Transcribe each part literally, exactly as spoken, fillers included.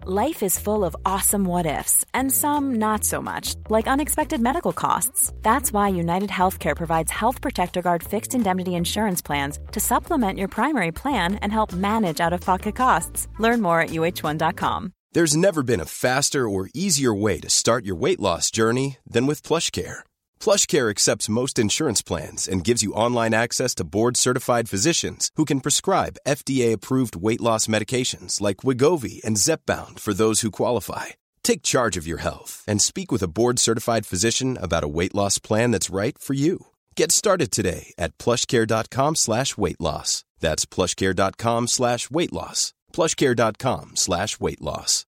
Life is full of awesome what-ifs, and some not so much, like unexpected medical costs. That's why United Healthcare provides Health Protector Guard fixed indemnity insurance plans to supplement your primary plan and help manage out-of-pocket costs. Learn more at U H one dot com. There's never been a faster or easier way to start your weight loss journey than with PlushCare. PlushCare accepts most insurance plans and gives you online access to board-certified physicians who can prescribe F D A-approved weight loss medications like Wegovy and Zepbound for those who qualify. Take charge of your health and speak with a board-certified physician about a weight loss plan that's right for you. Get started today at plushcare.com slash weight loss. That's plushcare.com slash weight loss. plushcare.com slash weight loss.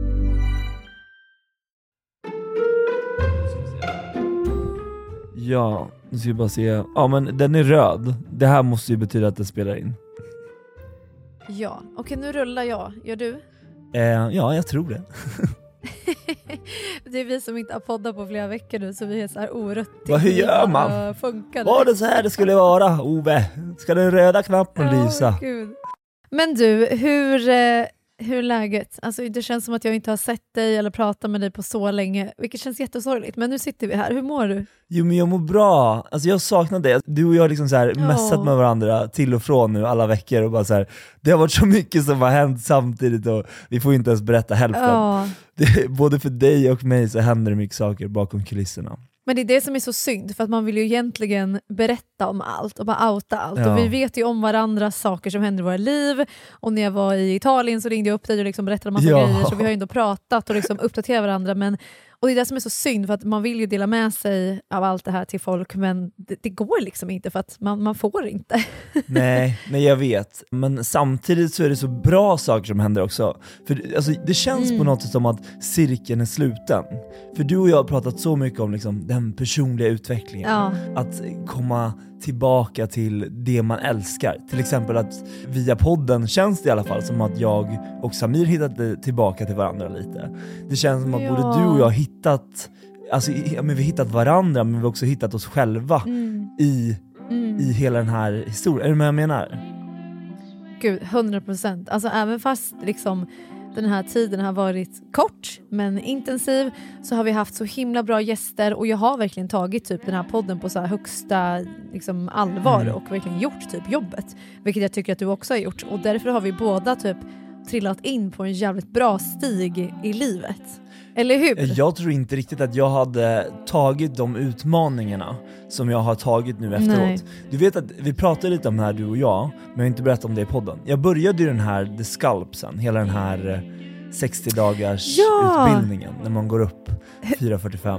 Ja, nu ska vi bara se. Ja, men den är röd. Det här måste ju betyda att den spelar in. Ja, okej, nu rullar jag. Gör du? Eh, ja, jag tror det. Det är vi som inte har poddat på flera veckor nu, så vi är så här oruttiga. Vad, hur gör man? Var det så här det skulle vara, Ove? Ska den röda knappen oh, lysa? Gud. Men du, hur... Eh... Hur är läget? Alltså, det känns som att jag inte har sett dig eller pratat med dig på så länge, vilket känns jättesorgligt. Men nu sitter vi här. Hur mår du? Jo, men jag mår bra. Alltså, jag saknar dig. Du och jag har liksom så här ja. messat med varandra till och från nu alla veckor och bara så här, det har varit så mycket som har hänt samtidigt och vi får inte ens berätta hälften. Ja. Det, både för dig och mig så händer det mycket saker bakom kulisserna. Men det är det som är så synd, för att man vill ju egentligen berätta om allt och bara outa allt. Ja. Och vi vet ju om varandras saker som händer i våra liv. Och när jag var i Italien så ringde jag upp dig och liksom berättade om massa ja. grejer. Så vi har ju ändå pratat och liksom uppdaterat varandra. Men, och det är det som är så synd, för att man vill ju dela med sig av allt det här till folk. Men det, det går liksom inte, för att man, man får inte. Nej, nej, jag vet. Men samtidigt så är det så bra saker som händer också. För alltså, det känns mm. på något sätt som att cirkeln är sluten. För du och jag har pratat så mycket om liksom, den personliga utvecklingen. Ja. Att komma tillbaka till det man älskar. Till exempel att via podden känns det i alla fall som att jag och Samir hittade tillbaka till varandra lite. Det känns som att ja. både du och jag har hittat, alltså, ja, men vi har hittat varandra, men vi har också hittat oss själva mm. i Mm. i hela den här historien. Är du med vad jag menar? Gud, hundra procent. Alltså även fast liksom den här tiden har varit kort men intensiv, så har vi haft så himla bra gäster, och jag har verkligen tagit typ den här podden på så här högsta liksom allvar mm. och verkligen gjort typ jobbet, vilket jag tycker att du också har gjort, och därför har vi båda typ trillat in på en jävligt bra stig i livet. Eller hur? Jag tror inte riktigt att jag hade tagit de utmaningarna som jag har tagit nu efteråt. Nej. Du vet att vi pratade lite om det här, du och jag, men jag har inte berättat om det i podden. Jag började ju den här The Sculpsen, hela den här sextio dagars ja. utbildningen när man går upp fyra fyrtiofem.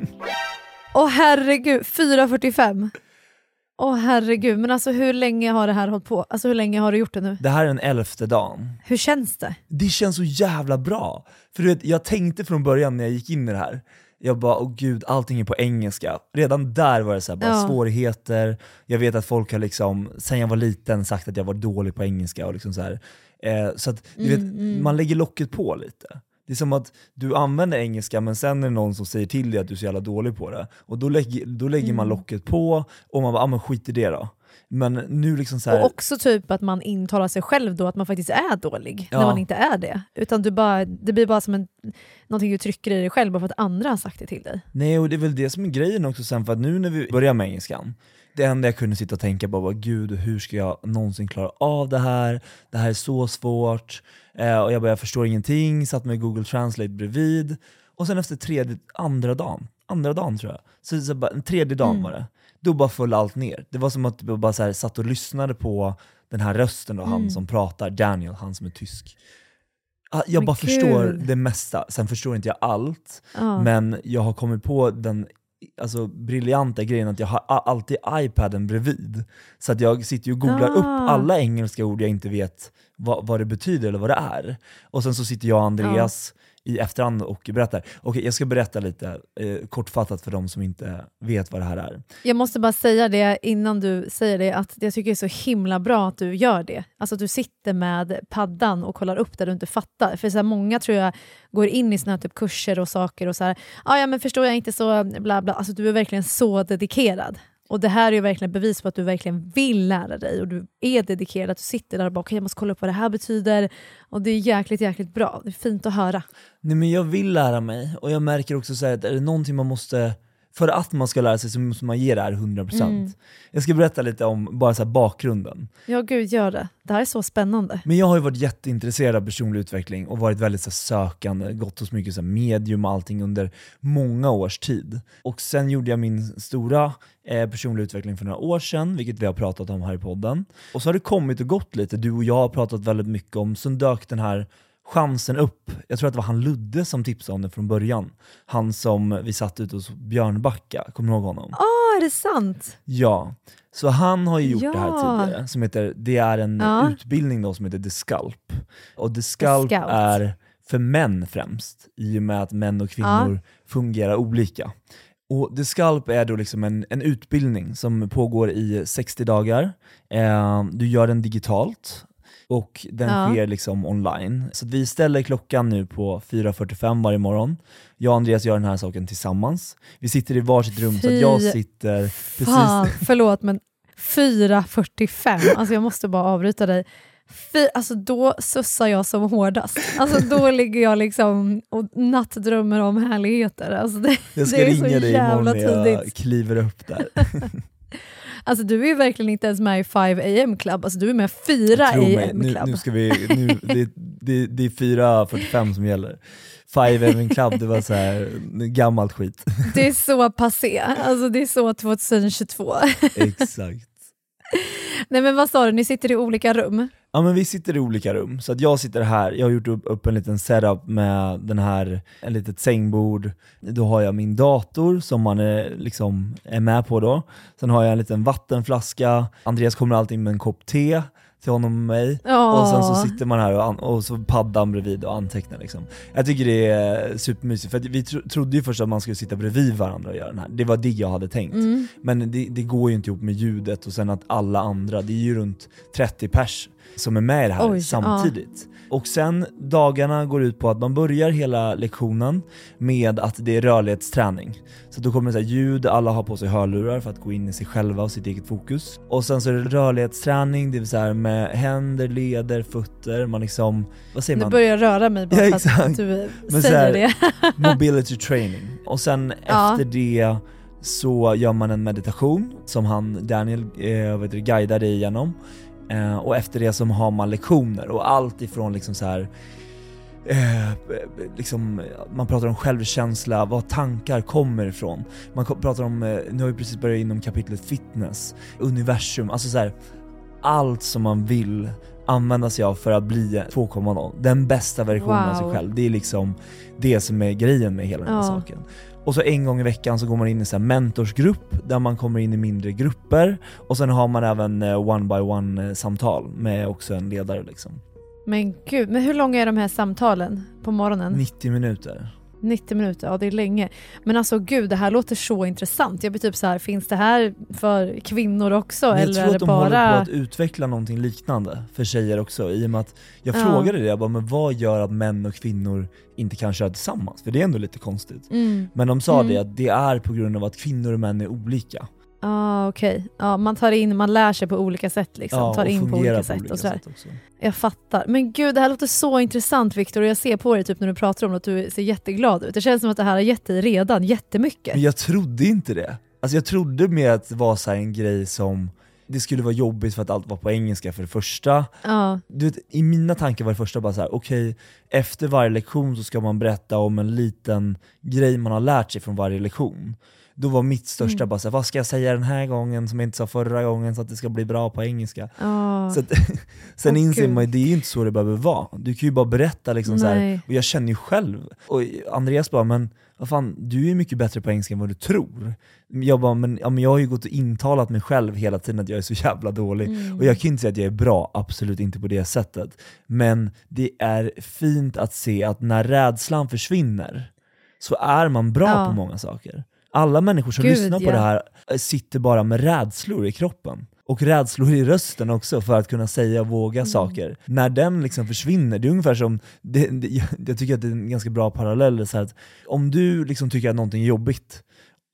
Åh herregud, fyra fyrtiofem. Åh herregud, men alltså hur länge har det här hållit på? Alltså hur länge har du gjort det nu? Det här är den elfte dagen. Hur känns det? Det känns så jävla bra. För du vet, jag tänkte från början när jag gick in i det här, jag bara, åh gud, allting är på engelska. Redan där var det så här, bara ja. svårigheter. Jag vet att folk har liksom, sen jag var liten, sagt att jag var dålig på engelska och liksom så här. Eh, så att du mm, vet, mm. man lägger locket på lite. Det är som att du använder engelska, men sen är det någon som säger till dig att du är så jävla dålig på det. Och då lägger, då lägger mm. man locket på och man bara, ah, men skit i det då. Men nu liksom så här... Och också typ att man intalar sig själv då att man faktiskt är dålig ja. när man inte är det. Utan du bara, det blir bara som en, någonting du trycker i dig själv bara för att andra har sagt det till dig. Nej, och det är väl det som är grejen också sen, för att nu när vi börjar med engelskan, det enda jag kunde sitta och tänka bara var, gud, hur ska jag någonsin klara av det här? Det här är så svårt. Eh, och jag bara, jag förstår ingenting. Satt med Google Translate bredvid. Och sen efter tredje, andra dagen, andra dagen tror jag. Så, så bara, en tredje dagen mm. var det. Då bara föll allt ner. Det var som att jag bara så här, satt och lyssnade på den här rösten och mm. han som pratar, Daniel, han som är tysk. Jag men bara gud. förstår det mesta. Sen förstår inte jag allt. Oh. Men jag har kommit på den alltså briljanta grejen att jag har alltid iPaden bredvid, så att jag sitter och googlar ah. upp alla engelska ord jag inte vet vad, vad det betyder eller vad det är, och sen så sitter jag och Andreas ah. i efterhand och berättar. Okej, jag ska berätta lite eh, kortfattat för de som inte vet vad det här är. Jag måste bara säga det innan du säger det, att jag tycker det är så himla bra att du gör det. Alltså att du sitter med paddan och kollar upp där du inte fattar. För så här, många tror jag går in i såna här typ kurser och saker och så här, ah, ja men förstår jag inte så bla bla. Alltså du är verkligen så dedikerad. Och det här är ju verkligen bevis på att du verkligen vill lära dig och du är dedikerad, att du sitter där och bara okej, jag måste kolla upp vad det här betyder, och det är jäkligt jäkligt bra. Det är fint att höra. Nej, men jag vill lära mig, och jag märker också så här, att är det någonting man måste, för att man ska lära sig så måste man ge det här hundra procent. Mm. Jag ska berätta lite om bara så här bakgrunden. Ja gud, gör det. Det här är så spännande. Men jag har ju varit jätteintresserad av personlig utveckling och varit väldigt så här sökande, gått hos mycket så här medium och allting under många års tid. Och sen gjorde jag min stora eh, personlig utveckling för några år sedan, vilket vi har pratat om här i podden. Och så har det kommit och gått lite. Du och jag har pratat väldigt mycket om, så dök den här chansen upp. Jag tror att det var han Ludde som tipsade om det från början. Han som vi satt ute hos Björnbacka. Kommer du ihåg honom? Ja, oh, är det sant? Ja. Så han har ju gjort ja. det här tidigare. Som heter, det är en ja. utbildning då som heter The Sculpt. Och The Sculpt The är för män främst. I och med att män och kvinnor ja. fungerar olika. Och The Sculpt är då liksom en, en utbildning som pågår i sextio dagar. Eh, du gör den digitalt. Och den ja. sker liksom online. Så vi ställer klockan nu på fyra fyrtiofem varje morgon. Jag och Andreas gör den här saken tillsammans. Vi sitter i varsitt rum. Fy så att jag sitter fan, precis... förlåt, men fyra fyrtiofem. Alltså jag måste bara avbryta dig. Fy, alltså då sussar jag som hårdast. Alltså då ligger jag liksom och nattdrömmer om härligheter. Alltså det, jag ska det är ringa så dig jävla imorgon när jag tidigt. kliver upp där. Alltså du är ju verkligen inte ens med i five a m club. Alltså du är med fyra a m club. Nu, nu ska vi, nu, det, det, det är fyra fyrtiofem som gäller. five a m club, det var så här gammalt skit. Det är så passé. Alltså det är så tjugohundratjugotvå. Exakt. Nej men vad sa du, ni sitter i olika rum? Ja, men vi sitter i olika rum. Så att jag sitter här, jag har gjort upp, upp en liten setup med den här, en litet sängbord. Då har jag min dator som man är, liksom, är med på då. Sen har jag en liten vattenflaska. Andreas kommer alltid med en kopp te till honom och mig. Oh. Och sen så sitter man här och, an- och så paddan bredvid och antecknar liksom. Jag tycker det är supermysigt, för att vi tro- trodde ju först att man skulle sitta bredvid varandra och göra den här. Det var det jag hade tänkt. Mm. Men det, det går ju inte ihop med ljudet, och sen att alla andra, det är ju runt trettio pers som är med i det här Oj, samtidigt. Ja. Och sen dagarna går ut på att man börjar hela lektionen med att det är rörlighetsträning. Så då kommer det så här ljud, alla har på sig hörlurar för att gå in i sig själva och sitt eget fokus. Och sen så är det rörlighetsträning, det vill säga med händer, leder, fötter, man liksom, vad säger man? Nu börjar jag röra mig bara ja, för att du Men säger här, det. Mobility training. Och sen ja. efter det så gör man en meditation som han, Daniel, eh, vet du, guidar dig igenom. Uh, och efter det så har man lektioner och allt ifrån liksom så här, uh, liksom, man pratar om självkänsla, vad tankar kommer ifrån. Man pratar om, uh, nu har vi precis börjat inom kapitlet fitness, universum, alltså så här, allt som man vill använda sig av för att bli två komma noll, den bästa versionen wow. av sig själv. Det är liksom det som är grejen med hela den här ja. saken. Och så en gång i veckan så går man in i så här mentorsgrupp där man kommer in i mindre grupper. Och sen har man även one by one samtal med också en ledare liksom. Men gud, men hur långa är de här samtalen på morgonen? nittio minuter. nittio minuter, ja det är länge. Men alltså gud, det här låter så intressant. Jag blir typ så här, finns det här för kvinnor också? Men jag eller tror är att det de bara... håller på att utveckla någonting liknande för tjejer också. I och med att jag ja. frågade det, jag bara, men vad gör att män och kvinnor inte kan köra tillsammans? För det är ändå lite konstigt. Mm. Men de sa mm. det att det är på grund av att kvinnor och män är olika. Ja, ah, okej. Okay. Ja, man tar in, man lär sig på olika sätt liksom. Ja, tar in på olika, på sätt olika och så sätt också. Jag fattar. Men gud, det här låter så intressant, Victor, och jag ser på dig typ när du pratar om det att du ser jätteglad ut. Det känns som att det här har gett dig redan jättemycket. Men jag trodde inte det. Alltså jag trodde med att det var så här en grej som det skulle vara jobbigt för att allt var på engelska för det första. Ja. Du vet, i mina tankar var det första bara så här: okej, okay, efter varje lektion så ska man berätta om en liten grej man har lärt sig från varje lektion. Då var mitt största mm. bara så här, vad ska jag säga den här gången som jag inte sa förra gången så att det ska bli bra på engelska. Oh. Så att, sen oh, inser man ju, det är ju inte så det behöver vara. Du kan ju bara berätta liksom så här, och jag känner ju själv. Och Andreas bara, men vad fan, du är mycket bättre på engelska än vad du tror. Jag bara, men, ja, men jag har ju gått och intalat mig själv hela tiden att jag är så jävla dålig. Mm. Och jag kan inte säga att jag är bra, absolut inte på det sättet. Men det är fint att se att när rädslan försvinner så är man bra ja. på många saker. Alla människor som Gud, lyssnar på ja. det här sitter bara med rädslor i kroppen. Och rädslor i rösten också för att kunna säga och våga mm. saker. När den liksom försvinner, det är ungefär som, det, det, jag tycker att det är en ganska bra parallell. Så att om du liksom tycker att någonting är jobbigt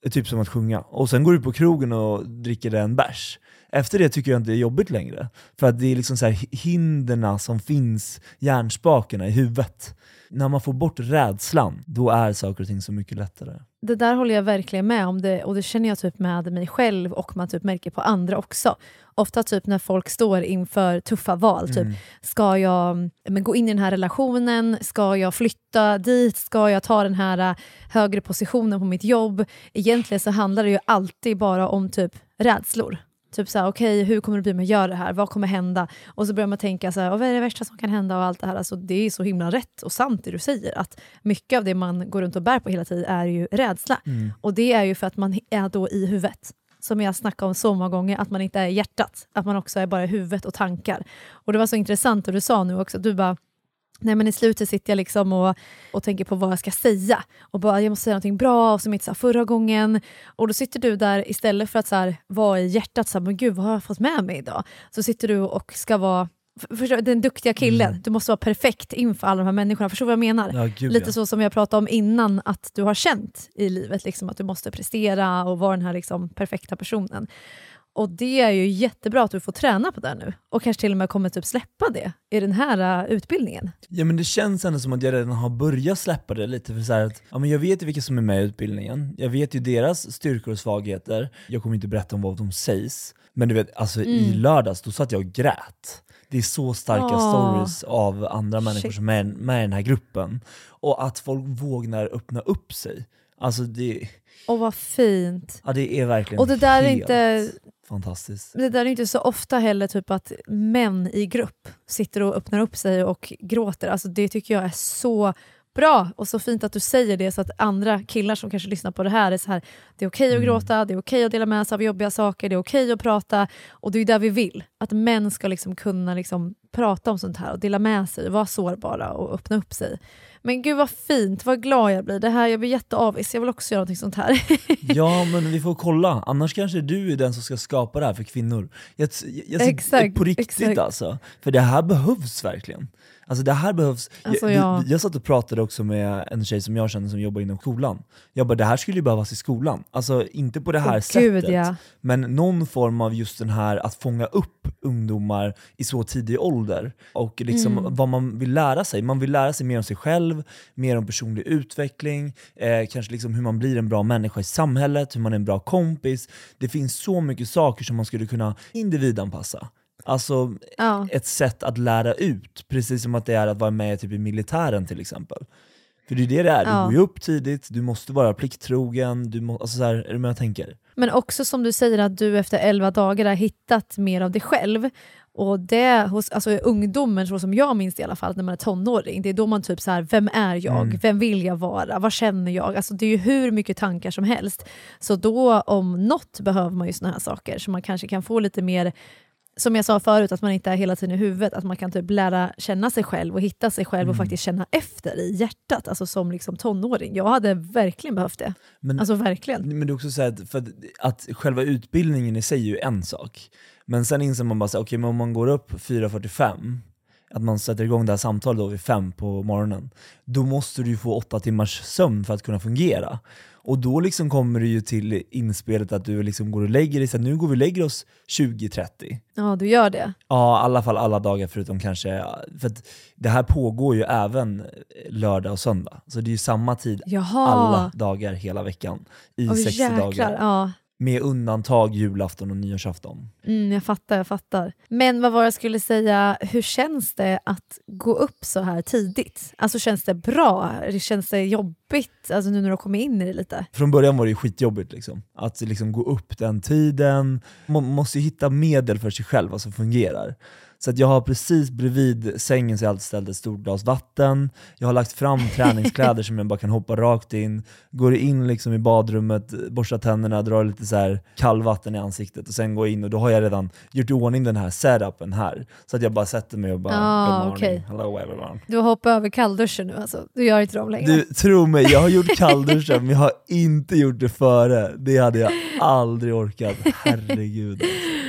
är typ som att sjunga. Och sen går du på krogen och dricker en bärs. Efter det tycker jag inte det är jobbigt längre. För att det är liksom så här hinderna som finns, hjärnspakarna i huvudet. När man får bort rädslan, då är saker och ting så mycket lättare. Det där håller jag verkligen med om det, och det känner jag typ med mig själv och man typ märker på andra också. Ofta typ när folk står inför tuffa val, typ Mm. ska jag men, gå in i den här relationen, ska jag flytta dit, ska jag ta den här äh, högre positionen på mitt jobb. Egentligen så handlar det ju alltid bara om typ rädslor. Typ såhär, okej, okay, hur kommer det bli med att göra det här? Vad kommer hända? Och så börjar man tänka så här, vad är det värsta som kan hända och allt det här. Alltså, det är så himla rätt och sant det du säger. Att mycket av det man går runt och bär på hela tiden är ju rädsla. Mm. Och det är ju för att man är då i huvudet. Som jag snackar om så många gånger, att man inte är i hjärtat. Att man också är bara i huvudet och tankar. Och det var så intressant och du sa nu också, du bara, nej men i slutet sitter jag liksom och, och tänker på vad jag ska säga. Och bara, jag måste säga någonting bra och som inte sa förra gången. Och då sitter du där istället för att så här, vara i hjärtat, så här, men gud vad har jag fått med mig idag? Så sitter du och ska vara förstår, den duktiga killen. Mm. Du måste vara perfekt inför alla de här människorna. Förstår vad jag menar? Ja, gud, Lite ja. så som jag pratade om innan, att du har känt i livet liksom, att du måste prestera och vara den här liksom, perfekta personen. Och det är ju jättebra att du får träna på det nu. Och kanske till och med kommer typ släppa det i den här uh, utbildningen. Ja, men det känns ändå som att jag redan har börjat släppa det lite. För så här att, ja, men jag vet ju vilka som är med i utbildningen. Jag vet ju deras styrkor och svagheter. Jag kommer inte berätta om vad de sägs. Men du vet, alltså mm. i lördags då satt jag och grät. Det är så starka oh. stories av andra människor Shit. som är med i den här gruppen. Och att folk vågar öppna upp sig. Alltså det... Och vad fint. Ja, det är verkligen och det där helt är inte fantastiskt. Det där är inte så ofta heller typ att män i grupp sitter och öppnar upp sig och gråter. Alltså det tycker jag är så bra och så fint att du säger det, så att andra killar som kanske lyssnar på det här är så här, det är okej att mm. gråta, det är okej att dela med sig av jobbiga saker, det är okej att prata, och det är där vi vill. Att män ska liksom kunna liksom prata om sånt här och dela med sig, vara sårbara och öppna upp sig. Men gud vad fint, vad glad jag blir. Det här, jag blir jätteavis, jag vill också göra något sånt här. Ja, men vi får kolla. Annars kanske du är den som ska skapa det här för kvinnor. Jag, jag, jag, exakt, på riktigt exakt. alltså. För det här behövs verkligen. Alltså det här behövs. Alltså, jag, ja. jag satt och pratade också med en tjej som jag känner som jobbar inom skolan. Jag bara, det här skulle ju behövas i skolan. Alltså inte på det här oh, sättet. Gud, ja. Men någon form av just den här att fånga upp ungdomar i så tidig ålder. Och liksom mm. vad man vill lära sig. Man vill lära sig mer om sig själv, mer om personlig utveckling, eh, kanske liksom hur man blir en bra människa i samhället, hur man är en bra kompis. Det finns så mycket saker som man skulle kunna individanpassa. Alltså ja. ett sätt att lära ut, precis som att det är att vara med typ i militären till exempel. För det är det det är, du ja. går ju upp tidigt, du måste vara plikttrogen, du må, alltså så här, är det med jag tänker? Men också som du säger att du efter elva dagar har hittat mer av dig själv. Och det hos alltså, ungdomen, så som jag minns i alla fall, när man är tonåring, det är då man typ så här, vem är jag? Mm. Vem vill jag vara? Vad känner jag? Alltså det är ju hur mycket tankar som helst. Så då om något behöver man ju såna här saker, så man kanske kan få lite mer, som jag sa förut, att man inte är hela tiden i huvudet, att man kan typ lära känna sig själv och hitta sig själv mm. och faktiskt känna efter i hjärtat, alltså som liksom tonåring. Jag hade verkligen behövt det. Men, alltså verkligen. Men det är också så här, för att, att själva utbildningen i sig är ju en sak. Men sen inser man bara så okej, okay, men om man går upp fyra fyrtiofem, att man sätter igång det här samtalet då vid fem på morgonen, då måste du ju få åtta timmars sömn för att kunna fungera. Och då liksom kommer det ju till inspelet att du liksom går och lägger dig, så nu går vi och lägger oss tjugo trettio. Ja, du gör det. Ja, i alla fall alla dagar förutom kanske, för att det här pågår ju även lördag och söndag. Så det är ju samma tid Jaha. alla dagar hela veckan i oh, sextio jäklar. dagar. Ja. Med undantag julafton och nyårsafton. Mm, jag fattar, jag fattar. Men vad var jag skulle säga, hur känns det att gå upp så här tidigt? Alltså känns det bra? Känns det jobbigt? Alltså nu när du kommer in i det lite. Från början var det ju skitjobbigt liksom. Att liksom gå upp den tiden. Man måste ju hitta medel för sig själv, vad som fungerar. Så att jag har precis bredvid sängen så jag alltid ställt ett stort glas vatten. Jag har lagt fram träningskläder som jag bara kan hoppa rakt in. Går in liksom i badrummet, borstar tänderna, drar lite så här kallvatten i ansiktet och sen går in och då har jag redan gjort i ordning den här setupen här. Så att jag bara sätter mig och bara ah, good morning, okay. hello everyone. Du har hoppat över kallduschen nu alltså. Du gör inte dem längre. Du, tro mig, jag har gjort kallduschen men jag har inte gjort det före. Det hade jag aldrig orkat. Herregud.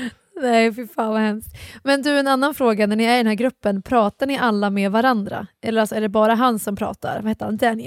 Nej, fy fan vad hemskt. Men du, en annan fråga, när ni är i den här gruppen, pratar ni alla med varandra? Eller alltså, är det bara han som pratar? Vad heter han? Daniel?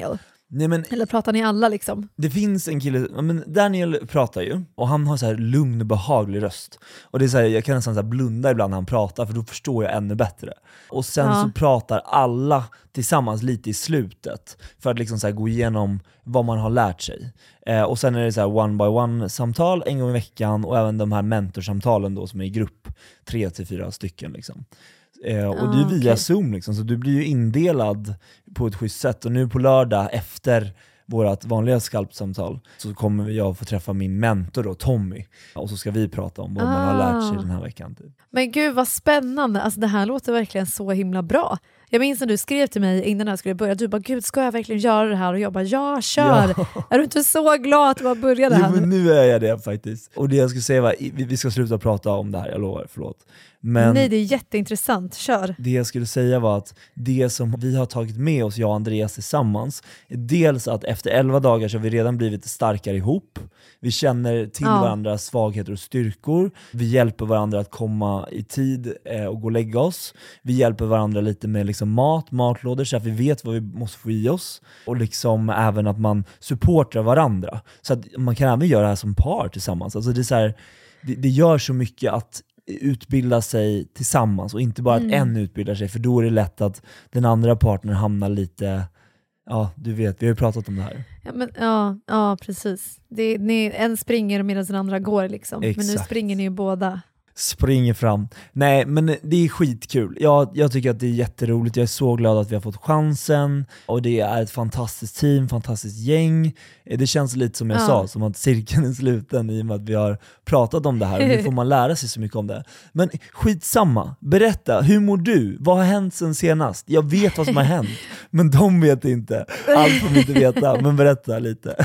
Nej, men Eller pratar ni alla liksom? det finns en kille, men Daniel pratar ju och han har så här lugn och behaglig röst. Och det är så här, jag kan nästan så här blunda ibland när han pratar för då förstår jag ännu bättre. Och sen Ja. så pratar alla tillsammans lite i slutet för att liksom så här gå igenom vad man har lärt sig. Eh, och sen är det så här one by one samtal en gång i veckan och även de här mentorsamtalen då som är i grupp, tre till fyra stycken liksom. Eh, och Ah, det är via okay. Zoom liksom, så du blir ju indelad på ett schysst sätt. Och nu på lördag efter vårt vanliga skalpsamtal så kommer jag få träffa min mentor då, Tommy, och så ska vi prata om vad Ah. man har lärt sig den här veckan typ. Men gud vad spännande, alltså det här låter verkligen så himla bra. Jag minns när du skrev till mig innan jag skulle börja, du bara gud ska jag verkligen göra det här? Och jag bara ja, kör! Ja. Är du inte så glad att du bara började här Jo, men nu? nu är jag det faktiskt. Och det jag skulle säga var, vi, vi ska sluta prata om det här, jag lovar, förlåt. Men Nej, det är jätteintressant, kör. det jag skulle säga var att det som vi har tagit med oss, jag och Andreas tillsammans, är dels att efter elva dagar så har vi redan blivit starkare ihop. Vi känner till Ja. varandras svagheter och styrkor. Vi hjälper varandra att komma i tid eh, och gå och lägga oss. Vi hjälper varandra lite med liksom mat, matlådor så att vi vet vad vi måste få i oss. Och liksom även att man supportar varandra. Så att man kan även göra det här som par tillsammans. Alltså det är så här, det, det gör så mycket att utbilda sig tillsammans och inte bara Mm. att en utbildar sig, för då är det lätt att den andra partnern hamnar lite, ja du vet, vi har ju pratat om det här. Ja, men, ja, ja precis. Det, ni, en springer medan den andra går liksom. Men nu Exakt. springer ni ju båda. Springer fram. Nej, men det är skitkul. Jag, jag tycker att det är jätteroligt. Jag är så glad att vi har fått chansen. Och det är ett fantastiskt team, fantastiskt gäng. Det känns lite som jag Ja. sa, som att cirkeln är sluten i och med att vi har pratat om det här. Och nu får man lära sig så mycket om det. Men skitsamma. Berätta, hur mår du? Vad har hänt sen senast? Jag vet vad som har hänt. Men de vet inte. Allt får vi inte veta. Men berätta lite.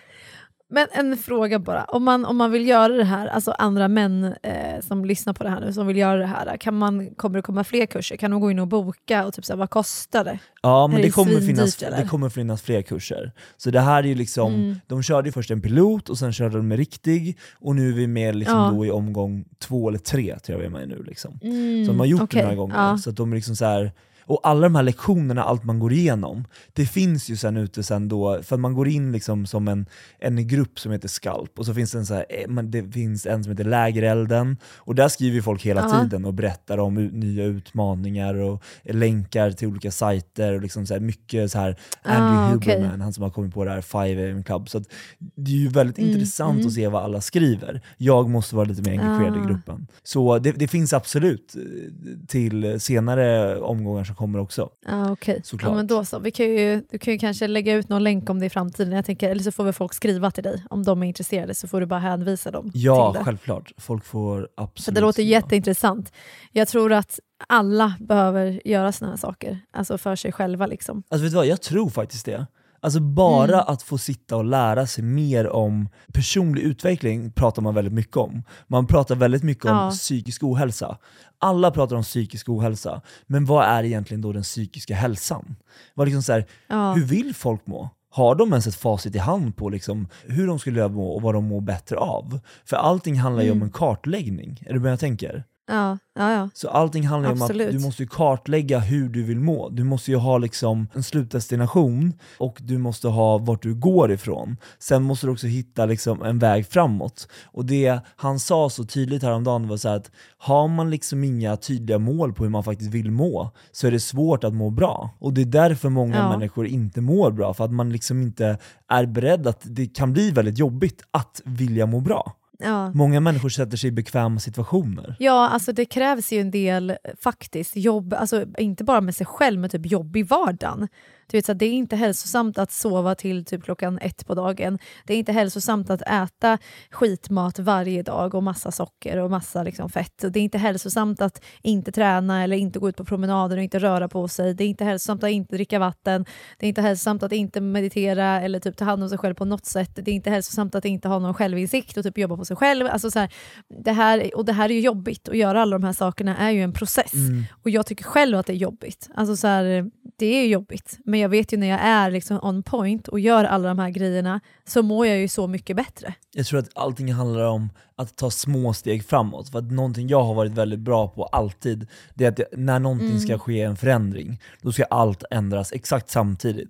Men en fråga bara, om man, om man vill göra det här, alltså andra män eh, som lyssnar på det här nu, som vill göra det här, kan man, kommer det komma fler kurser? Kan de gå in och boka och typ så här, vad kostar det? Ja, Är men det det kommer, svindyrt, finnas, eller? det kommer finnas fler kurser. Så det här är ju liksom, Mm. de körde ju först en pilot och sen körde de med riktig, och nu är vi med liksom Ja. då i omgång två eller tre tror jag vi är med nu liksom. Mm, Så de har gjort okej, det några gånger. ja. Så att de är liksom så här. Och alla de här lektionerna, allt man går igenom, det finns ju sen ute sen då, för man går in liksom som en, en grupp som heter Skalp, och så finns det en, så här, eh, man, det finns en som heter Lägerelden, och där skriver folk hela Ja. tiden och berättar om u- nya utmaningar och länkar till olika sajter och liksom så här, mycket så här Andrew Ah, okej. Huberman, han som har kommit på det här five A M Club. Så att det är ju väldigt Mm, intressant mm. att se vad alla skriver. Jag måste vara lite mer engagerad Ah. i gruppen. Så det, det finns absolut eh, till senare omgångar som kommer också. Ja, okej. Såklart. Ja, men då så. Vi kan ju, du kan ju kanske lägga ut någon länk om det i framtiden. Jag tänker, eller så får väl folk skriva till dig. Om de är intresserade så får du bara hänvisa dem Ja, till det. självklart. Folk får absolut För det låter skriva. jätteintressant. Jag tror att alla behöver göra såna här saker. Alltså för sig själva liksom. Alltså vet du vad, jag tror faktiskt det. Alltså bara Mm. att få sitta och lära sig mer om personlig utveckling pratar man väldigt mycket om. Man pratar väldigt mycket om Ja. psykisk ohälsa. Alla pratar om psykisk ohälsa. Men vad är egentligen då den psykiska hälsan? Vad liksom så här, Ja. hur vill folk må? Har de ens ett facit i hand på liksom hur de skulle må och vad de mår bättre av? För allting handlar ju Mm. om en kartläggning. Är du vad jag tänker? Ja, ja, ja. Så allting handlar ju om Absolut. att du måste ju kartlägga hur du vill må. Du måste ju ha liksom en slutdestination och du måste ha vart du går ifrån. Sen måste du också hitta liksom en väg framåt. Och det han sa så tydligt häromdagen var så här att har man liksom inga tydliga mål på hur man faktiskt vill må, så är det svårt att må bra. Och det är därför många Ja. människor inte mår bra, för att man liksom inte är beredd att det kan bli väldigt jobbigt att vilja må bra. Ja. Många människor sätter sig i bekväma situationer. Ja, alltså det krävs ju en del faktiskt jobb, alltså inte bara med sig själv, men typ jobb i vardagen. Du vet, så att det är inte hälsosamt att sova till typ klockan ett på dagen. Det är inte hälsosamt att äta skitmat varje dag och massa socker och massa liksom fett. Det är inte hälsosamt att inte träna eller inte gå ut på promenader och inte röra på sig. Det är inte hälsosamt att inte dricka vatten. Det är inte hälsosamt att inte meditera eller typ ta hand om sig själv på något sätt. Det är inte hälsosamt att inte ha någon självinsikt och typ jobba på sig själv. Alltså så här, det här, och det här är ju jobbigt. Att göra alla de här sakerna är ju en process. Mm. Och jag tycker själv att det är jobbigt. Alltså så här, det är ju jobbigt. Men jag vet ju när jag är liksom on point och gör alla de här grejerna så mår jag ju så mycket bättre. Jag tror att allting handlar om att ta små steg framåt. För att någonting jag har varit väldigt bra på alltid, det är att det, när någonting Mm. ska ske en förändring, då ska allt ändras exakt samtidigt.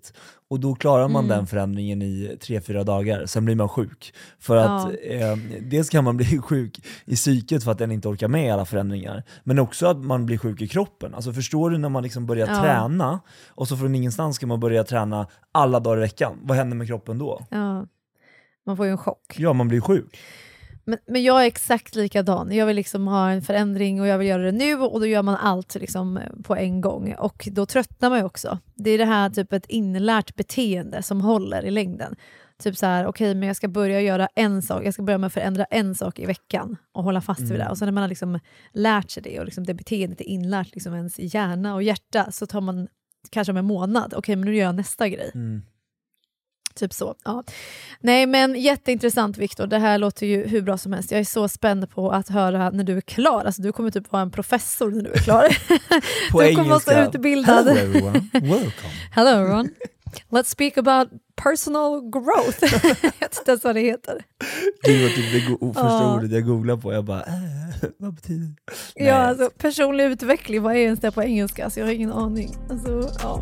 Och då klarar man Mm. den förändringen i tre, fyra dagar. Sen blir man sjuk. För att Ja. eh, dels kan man bli sjuk i psyket för att den inte orkar med alla förändringar. Men också att man blir sjuk i kroppen. Alltså förstår du när man liksom börjar Ja. träna och så från ingenstans ska man börja träna alla dagar i veckan. Vad händer med kroppen då? Ja. Man får ju en chock. Ja, man blir sjuk. Men, men jag är exakt likadan. Jag vill liksom ha en förändring och jag vill göra det nu och då gör man allt liksom på en gång. Och då tröttnar man ju också. Det är det här typ ett inlärt beteende som håller i längden. Typ så här, okej, okay, men jag ska börja göra en sak. Jag ska börja med att förändra en sak i veckan och hålla fast vid Mm. det. Och sen när man har liksom lärt sig det och liksom det beteendet är inlärt liksom ens i hjärna och hjärta, så tar man kanske om en månad. Okej, okay, men nu gör jag nästa grej. Mm. Typ så. Ja. Nej, men jätteintressant, Viktor. Det här låter ju hur bra som helst. Jag är så spänd på att höra när du är klar. Alltså, du kommer typ vara en professor när du är klar. På du kommer vara så engelska. utbildad. Hello everyone, welcome. Hello everyone. Let's speak about personal growth. Jag vet inte ens vad det heter. Det var typ det go- första Ja. ordet jag googlade på. Jag bara, äh, vad betyder det? Ja, alltså, personlig utveckling, vad är ens det på engelska? Alltså, jag har ingen aning. Alltså, ja.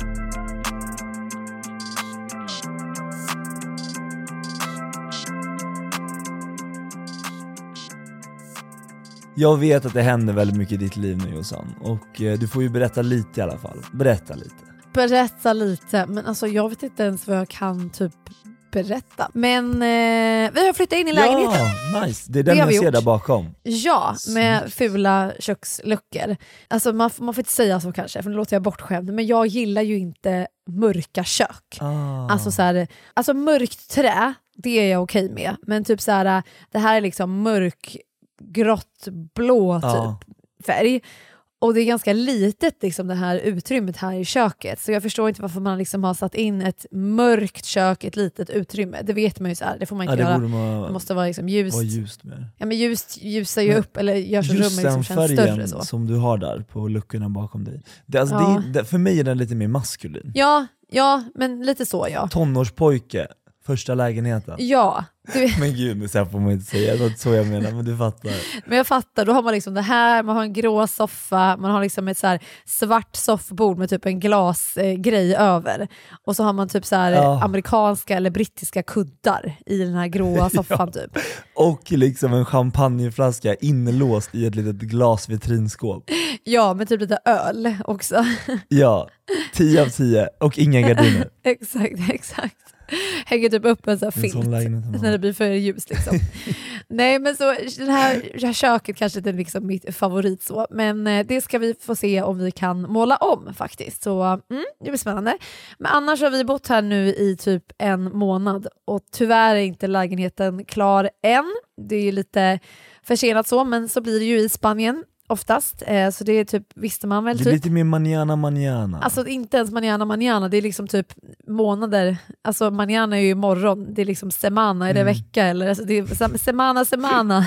Jag vet att det händer väldigt mycket i ditt liv nu, Jossan. Och eh, du får ju berätta lite i alla fall. Berätta lite. Berätta lite, men alltså jag vet inte ens vad jag kan typ berätta. Men eh, vi har flyttat in i lägenheten. Ja, nice. Det är den Det har jag vi ser gjort. där bakom. Ja, med fula köksluckor. Alltså man, man får inte säga så kanske, för nu låter jag bortskämd. Men jag gillar ju inte mörka kök. Ah. Alltså, så här, alltså mörkt trä, det är jag okej med. Men typ så här, det här är liksom mörk, grått, blå typ Ja. färg. Och det är ganska litet liksom, det här utrymmet här i köket. Så jag förstår inte varför man liksom har satt in ett mörkt kök, ett litet utrymme. Det vet man ju så här, det får man Ja, inte det göra. borde man Det måste vara liksom ljust. vara ljust med. Ja, men ljust ljusar ju Men upp, eller gör så Just rummet liksom den känns färgen större så. som du har där på luckorna bakom dig. Det, alltså, Ja. det, det, för mig är den lite mer maskulin. Ja, ja, men lite så ja. Tonårspojke, första lägenheten. Ja, du, Men gud, så här får man inte säga. Det är inte så jag menar, men du fattar. men jag fattar, då har man liksom det här, man har en grå soffa, man har liksom ett så här svart soffbord med typ en glasgrej eh, över. Och så har man typ så här Ja. amerikanska eller brittiska kuddar i den här gråa soffan typ. Och liksom en champagneflaska inlåst i ett litet glasvitrinskåp. Ja, med typ lite öl också. Ja, tio av tio och inga gardiner. Exakt, exakt. Hänger typ upp en sån här En filt sån lägenhet har man. när det blir för ljus liksom. Nej, men så det här, det här köket kanske inte är liksom mitt favorit så, men eh, det ska vi få se om vi kan måla om faktiskt. Så mm, det blir spännande. Men annars har vi bott här nu i typ en månad och tyvärr är inte lägenheten klar än. Det är ju lite försenat så, men så blir det ju i Spanien oftast. Eh, så det är typ, visste man väl Det är typ. lite mer manana manana. Alltså inte ens manana manana, det är liksom typ månader. Alltså manana är ju imorgon, det är liksom semana, är det Mm. vecka eller alltså det är sem- semana semana.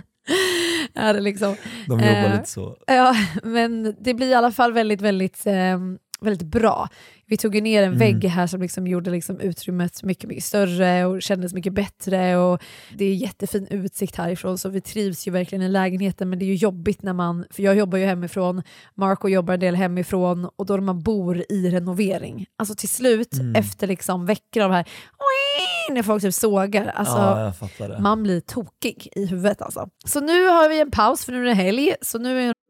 Är det liksom. De jobbar eh, lite så. Ja, men det blir i alla fall väldigt, väldigt, eh, väldigt bra. Vi tog ju ner en Mm. vägg här som liksom gjorde liksom utrymmet mycket, mycket större och kändes mycket bättre och det är jättefin utsikt härifrån så vi trivs ju verkligen i lägenheten, men det är ju jobbigt när man, för jag jobbar ju hemifrån, Marco jobbar en del hemifrån och då när man bor i renovering, alltså till slut Mm. efter liksom veckor av det här när folk typ sågar, alltså Ja, jag fattar det. man blir tokig i huvudet alltså. Så nu har vi en paus för nu är det helg, så nu är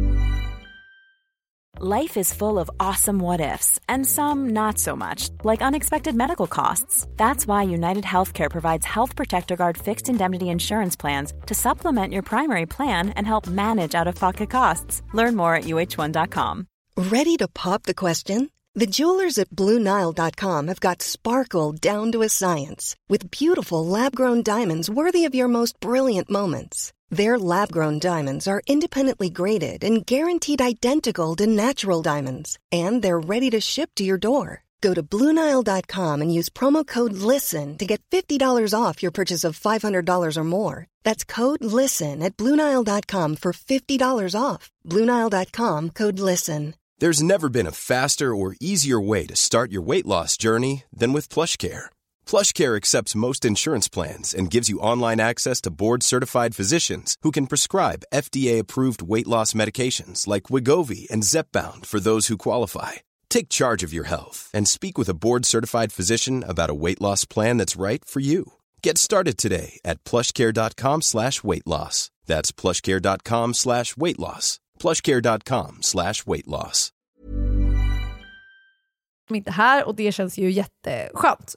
Life is full of awesome what ifs, and some not so much, like unexpected medical costs. That's why United Healthcare provides Health Protector Guard fixed indemnity insurance plans to supplement your primary plan and help manage out-of-pocket costs. Learn more at U H one dot com. Ready to pop the question? The jewelers at Blue Nile dot com have got sparkle down to a science with beautiful lab-grown diamonds worthy of your most brilliant moments. Their lab-grown diamonds are independently graded and guaranteed identical to natural diamonds, and they're ready to ship to your door. Go to Blue Nile dot com and use promo code LISTEN to get fifty dollars off your purchase of five hundred dollars or more. That's code LISTEN at Blue Nile dot com for fifty dollars off. Blue Nile dot com, code LISTEN. There's never been a faster or easier way to start your weight loss journey than with PlushCare. PlushCare accepts most insurance plans and gives you online access to board-certified physicians who can prescribe F D A-approved weight loss medications like Wegovy and Zepbound for those who qualify. Take charge of your health and speak with a board-certified physician about a weight loss plan that's right for you. Get started today at plushcare.com slash weight loss. That's plushcare.com slash weight loss. plushcare.com slash weight loss. Inte här och det känns ju jätteskönt.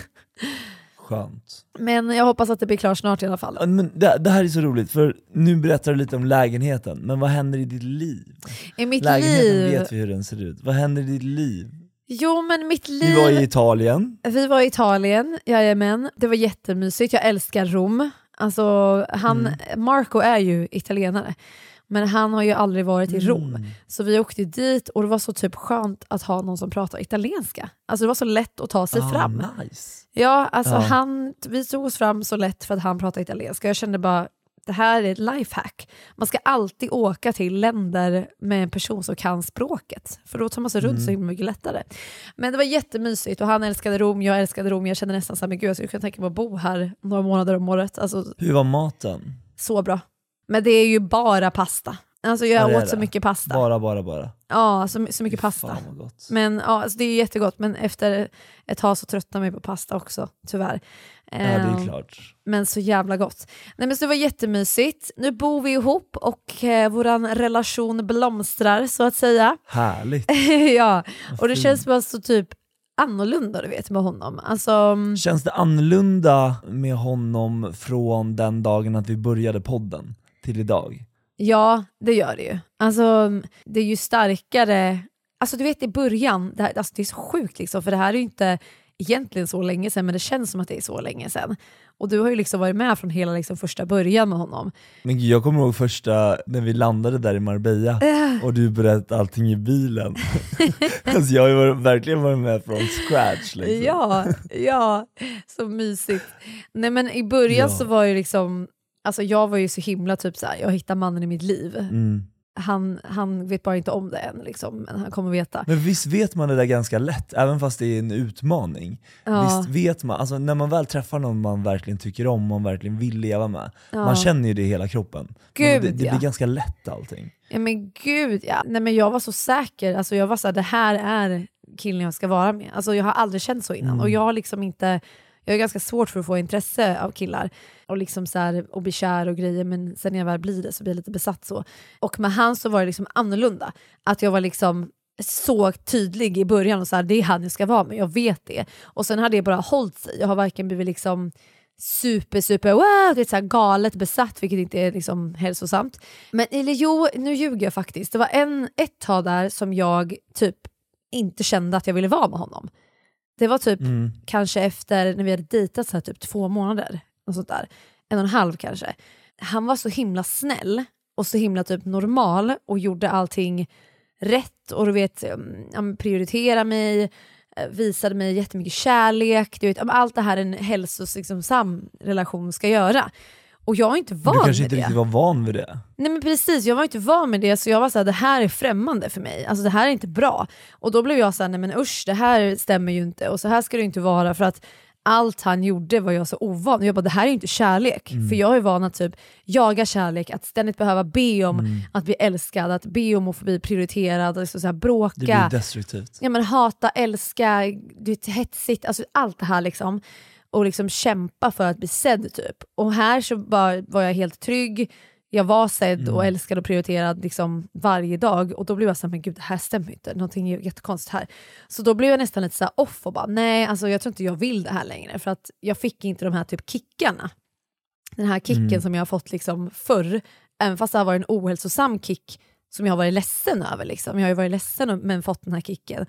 Skönt. Men jag hoppas att det blir klart snart i alla fall. Men det, det här är så roligt, för nu berättar du lite om lägenheten. Men vad händer i ditt liv? I mitt lägenheten liv? vet vi hur den ser ut. Vad händer i ditt liv? Jo, men mitt liv... Vi var i Italien. Vi var i Italien, jajamän. Det var jättemysigt. Jag älskar Rom. Alltså, han, mm. Marco är ju italienare. Men han har ju aldrig varit i Rom. Mm. Så vi åkte dit och det var så typ skönt att ha någon som pratar italienska. Alltså det var så lätt att ta sig ah, fram. Nice. Ja, alltså ah. han, vi tog oss fram så lätt för att han pratar italienska. Jag kände bara, det här är ett lifehack. Man ska alltid åka till länder med en person som kan språket. För då tar man sig runt mm. så mycket lättare. Men det var jättemysigt och han älskade Rom, jag älskade Rom. Jag kände nästan så här, men gud, jag skulle kunna tänka mig att bo här några månader om året. Alltså, hur var maten? Så bra. Men det är ju bara pasta. Alltså jag ja, åt så mycket pasta. Bara, bara, bara. Ja, så, så mycket pasta. Fan vad gott. Men ja, alltså det är jättegott. Men efter ett tag så tröttnar mig på pasta också, tyvärr. Ja, det är klart. Men så jävla gott. Nej, men så det var jättemysigt. Nu bor vi ihop och eh, våran relation blomstrar, så att säga. Härligt. Ja, och det känns bara så typ annorlunda, du vet, med honom. Alltså, känns det annorlunda med honom från den dagen att vi började podden till idag? Ja, det gör det ju. Alltså, det är ju starkare. Alltså du vet i början, det, här, alltså, det är så sjukt liksom, för det här är ju inte egentligen så länge sedan, men det känns som att det är så länge sedan. Och du har ju liksom varit med från hela liksom första början med honom. Men jag kommer ihåg första, när vi landade där i Marbella äh. och du berättade allting i bilen. Alltså jag har ju varit, verkligen varit med från scratch liksom. Ja, ja, så mysigt. Nej, men i början ja. så var ju liksom, alltså jag var ju så himla typ så här, jag hittar mannen i mitt liv. Mm. Han, han vet bara inte om det än liksom, men han kommer veta. Men visst vet man det där ganska lätt, även fast det är en utmaning. Ja. Visst vet man, alltså när man väl träffar någon man verkligen tycker om, man verkligen vill leva med. Ja. Man känner ju det i hela kroppen. Gud, det det ja. blir ganska lätt allting. Ja men gud, ja. Nej, men jag var så säker, alltså jag var så här, det här är killen jag ska vara med. Alltså jag har aldrig känt så innan. Mm. Och jag har liksom inte, jag är ganska svårt för att få intresse av killar och liksom så här, och bli kär och grejer, men sen när jag väl blir det så blir jag lite besatt så. Och med han så var det liksom annorlunda, att jag var liksom så tydlig i början och så här, det är han jag ska vara med, jag vet det. Och sen hade det bara hållit sig. Jag har varken blivit liksom super super wow, det är så här galet besatt, vilket inte är liksom hälsosamt. Men eller jo, nu ljuger jag faktiskt. Det var en ett tag där som jag typ inte kände att jag ville vara med honom. Det var typ mm. kanske efter när vi hade dejtat så här typ två månader och sånt där. En och en halv kanske. Han var så himla snäll och så himla typ normal och gjorde allting rätt och du vet, um, prioritera mig, visade mig jättemycket kärlek, du vet, allt det här en hälsosam relation ska göra. Och jag är inte van med det. Du kanske inte riktigt var van vid det. Nej men precis, jag var inte van med det, så jag var såhär, det här är främmande för mig. Alltså det här är inte bra. Och då blev jag såhär, nej men usch, det här stämmer ju inte. Och så här ska det inte vara, för att allt han gjorde var jag så ovan. Och jag bara, det här är ju inte kärlek. Mm. För jag är van att typ jaga kärlek, att ständigt behöva be om mm. att bli älskad, att be om att få bli prioriterad, och så, så här, bråka. Det blir destruktivt. Ja men hata, älska, det är hetsigt, alltså allt det här liksom. Och liksom kämpa för att bli sedd typ. Och här så bara var jag helt trygg. Jag var sedd mm. och älskad och prioriterad liksom varje dag. Och då blev jag så här, men gud, det här stämmer inte. Någonting är jättekonstigt här. Så då blev jag nästan lite så här off och bara, nej, alltså jag tror inte jag vill det här längre. För att jag fick inte de här typ kickarna. Den här kicken mm. som jag har fått liksom förr. Även fast det har varit en ohälsosam kick som jag har varit ledsen över. Liksom. Jag har ju varit ledsen men fått den här kicken.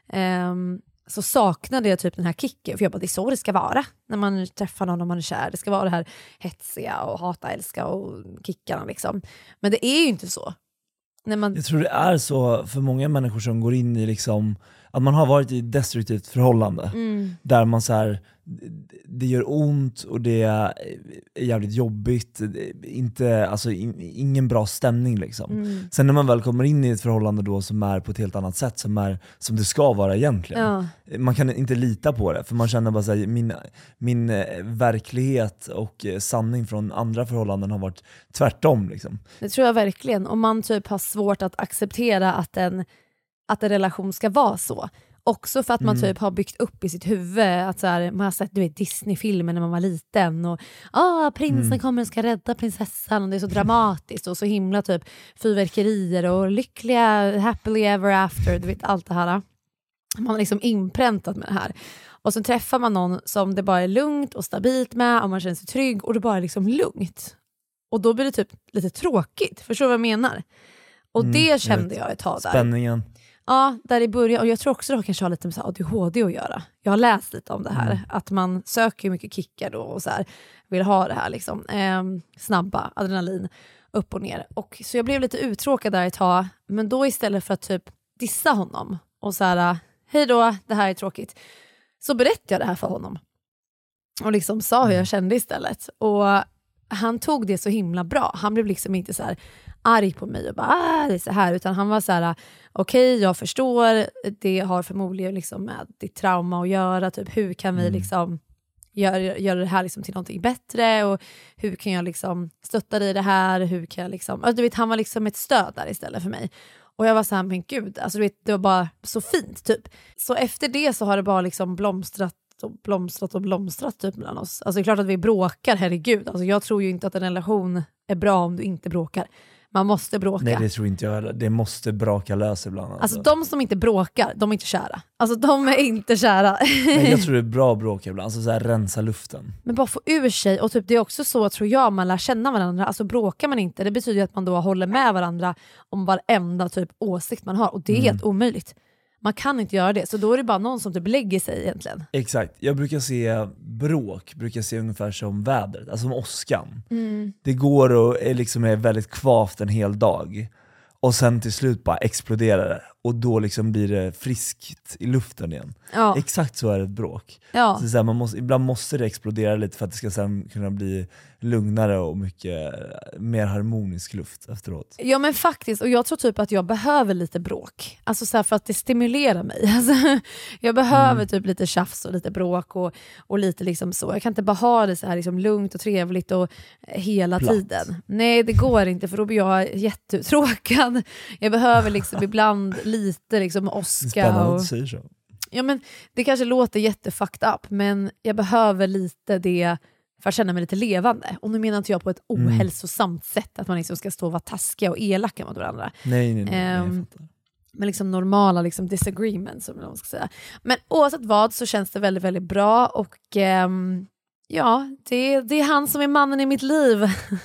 Um, så saknade jag typ den här kicken, för jag bara, det är så det ska vara när man träffar någon och man är kär. Det ska vara det här hetsiga och hata, älska och kickarna liksom. Men det är ju inte så. När man... Jag tror det är så för många människor som går in i liksom, att man har varit i ett destruktivt förhållande mm. där man så här, det gör ont och det är jävligt jobbigt, inte, alltså in, ingen bra stämning liksom. Mm. Sen när man väl kommer in i ett förhållande då som är på ett helt annat sätt, som är som det ska vara egentligen. Ja. Man kan inte lita på det, för man känner bara så här, min, min verklighet och sanning från andra förhållanden har varit tvärtom liksom. Det tror jag verkligen. Om man typ har svårt att acceptera att en att en relation ska vara så. Också för att man mm. typ har byggt upp i sitt huvud att så här, man har sett du vet, Disney-filmer när man var liten och ah, prinsen mm. kommer och ska rädda prinsessan och det är så dramatiskt och så himla typ fyrverkerier och lyckliga happily ever after, du vet allt det här. Man har liksom inpräntat med det här. Och sen träffar man någon som det bara är lugnt och stabilt med och man känner sig trygg och det bara är liksom lugnt. Och då blir det typ lite tråkigt, förstår du vad jag menar? Och mm, det kände jag, jag ett tag där. Spänningen. Ja, där i början. Och jag tror också det kanske har lite med A D H D att göra. Jag har läst lite om det här. Mm. Att man söker mycket kickar då och så här, vill ha det här liksom, eh, snabba adrenalin upp och ner. Och, så jag blev lite uttråkad där ett tag. Men då istället för att typ dissa honom och så här, hej då, det här är tråkigt. Så berättade jag det här för honom. Och liksom sa hur jag kände istället. Och han tog det så himla bra. Han blev liksom inte så här arg på mig och bara, ah, det är så här. Utan han var så här, okej, okay, jag förstår. Det har förmodligen liksom med ditt trauma att göra. Typ, hur kan vi liksom göra, göra det här liksom till någonting bättre? Och hur kan jag liksom stötta dig i det här? Hur kan jag liksom... Alltså, du vet, han var liksom ett stöd där istället för mig. Och jag var så här, men gud, alltså, du vet, det var bara så fint typ. Så efter det så har det bara liksom blomstrat och blomstrat och blomstrat typ mellan oss. Alltså det är klart att vi bråkar, herregud. Alltså jag tror ju inte att en relation är bra om du inte bråkar. Man måste bråka. Nej, det tror inte jag. Det måste braka lös ibland. Alltså. alltså de som inte bråkar, de är inte kära. Alltså de är inte kära. Nej, jag tror det är bra att bråka ibland. Alltså så här, rensa luften. Men bara få ur sig. Och typ, det är också så, tror jag, man lär känna varandra. Alltså bråkar man inte, det betyder att man då håller med varandra om varenda typ åsikt man har. Och det är mm. helt omöjligt. Man kan inte göra det, så då är det bara någon som typ lägger sig egentligen. Exakt, jag brukar se bråk, brukar se ungefär som vädret, alltså som åskan. Mm. Det går och är liksom är väldigt kvavt en hel dag. Och sen till slut bara exploderar det. Och då liksom blir det friskt i luften igen. Ja. Exakt så är det ett bråk. Ja. Så, så här, man måste, ibland måste det explodera lite för att det ska sen kunna bli lugnare och mycket mer harmonisk luft efteråt. Ja men faktiskt, och jag tror typ att jag behöver lite bråk. Alltså så här, för att det stimulerar mig. Alltså, jag behöver mm. typ lite tjafs och lite bråk och, och lite liksom så. Jag kan inte bara ha det så här liksom lugnt och trevligt och hela Platt. tiden. Nej, det går inte, för då blir jag jättetråkad. Jag behöver liksom ibland lite liksom åska och... Ja, men det kanske låter jättefucked up, men jag behöver lite det för att känna mig lite levande. Och nu menar inte jag på ett ohälsosamt mm. sätt att man liksom ska stå och vara taskiga och elaka mot varandra. Nej, nej, nej. Um, nej men liksom normala liksom disagreements, som man ska säga. Men oavsett vad så känns det väldigt, väldigt bra. Och um, ja, det, det är han som är mannen i mitt liv.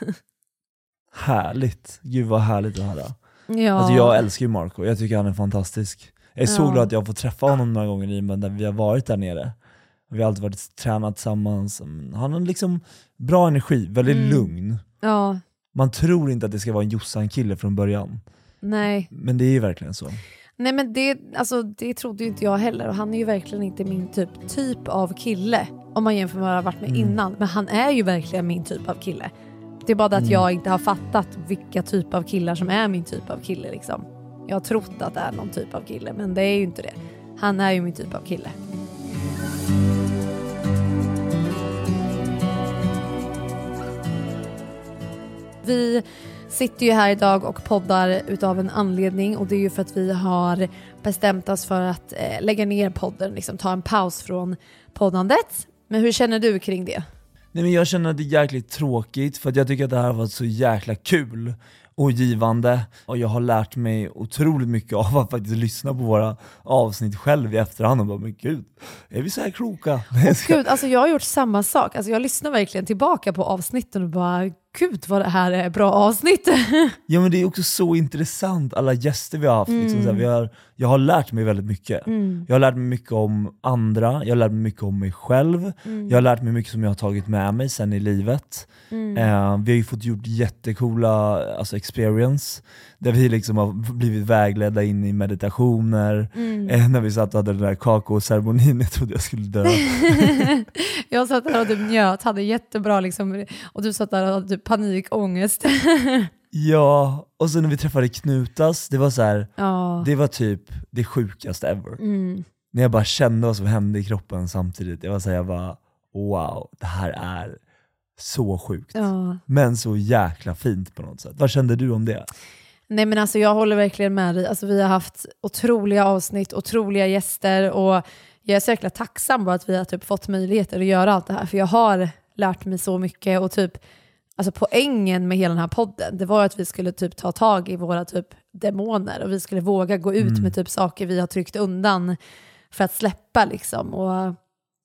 Härligt. Gud vad härligt att höra. Ja. Alltså jag älskar ju Marco. Jag tycker han är fantastisk. Jag är ja. så glad att jag har fått träffa honom några gånger i men där vi har varit där nere. Vi har alltid varit tränat tillsammans. Han har liksom bra energi, väldigt mm. lugn. Ja. Man tror inte att det ska vara en Jossan-kille från början. Nej. Men det är ju verkligen så. Nej, men det, alltså, det trodde ju inte jag heller. Och han är ju verkligen inte min typ, typ av kille. Om man jämför med vad jag har varit med mm. innan. Men han är ju verkligen min typ av kille. Det är bara det att mm. jag inte har fattat vilka typ av killar som är min typ av kille liksom. Jag har trott att det är någon typ av kille, men det är ju inte det. Han är ju min typ av kille. Vi sitter ju här idag och poddar utav en anledning, och det är ju för att vi har bestämt oss för att eh, lägga ner podden, liksom ta en paus från poddandet. Men hur känner du kring det? Nej, men jag känner att det är jäkligt tråkigt, för att jag tycker att det här har varit så jäkla kul och givande, och jag har lärt mig otroligt mycket av att faktiskt lyssna på våra avsnitt själv i efterhand och bara, men gud, är vi så här kloka? Oh, gud, alltså jag har gjort samma sak. Alltså jag lyssnar verkligen tillbaka på avsnitten och bara, gud vad det här är bra avsnitt. Ja, men det är också så intressant, alla gäster vi har haft. Mm. Liksom, så här, vi har, jag har lärt mig väldigt mycket. Mm. Jag har lärt mig mycket om andra, jag har lärt mig mycket om mig själv. Mm. Jag har lärt mig mycket som jag har tagit med mig sen i livet. Mm. Eh, vi har ju fått gjort jättekola alltså experience, där vi liksom har blivit vägledda in i meditationer. Mm. Eh, när vi satt och hade den där kakaoceremonin, jag trodde jag skulle dö. Jag satt där och du njöt, hade jättebra liksom, och du satt där och hade panikångest. Ja, och så när vi träffade Knutas, det var så här, ja. det var typ det sjukaste ever. Mm. När jag bara kände vad som hände i kroppen samtidigt. Jag var så här, jag bara, wow, det här är så sjukt. Ja. Men så jäkla fint på något sätt. Vad kände du om det? Nej men alltså jag håller verkligen med dig. Alltså vi har haft otroliga avsnitt, otroliga gäster och jag är så jäkla tacksam bara att vi har typ fått möjligheter att göra allt det här. För jag har lärt mig så mycket och typ alltså poängen med hela den här podden, det var att vi skulle typ ta tag i våra typ demoner och vi skulle våga gå ut mm. med typ saker vi har tryckt undan för att släppa liksom och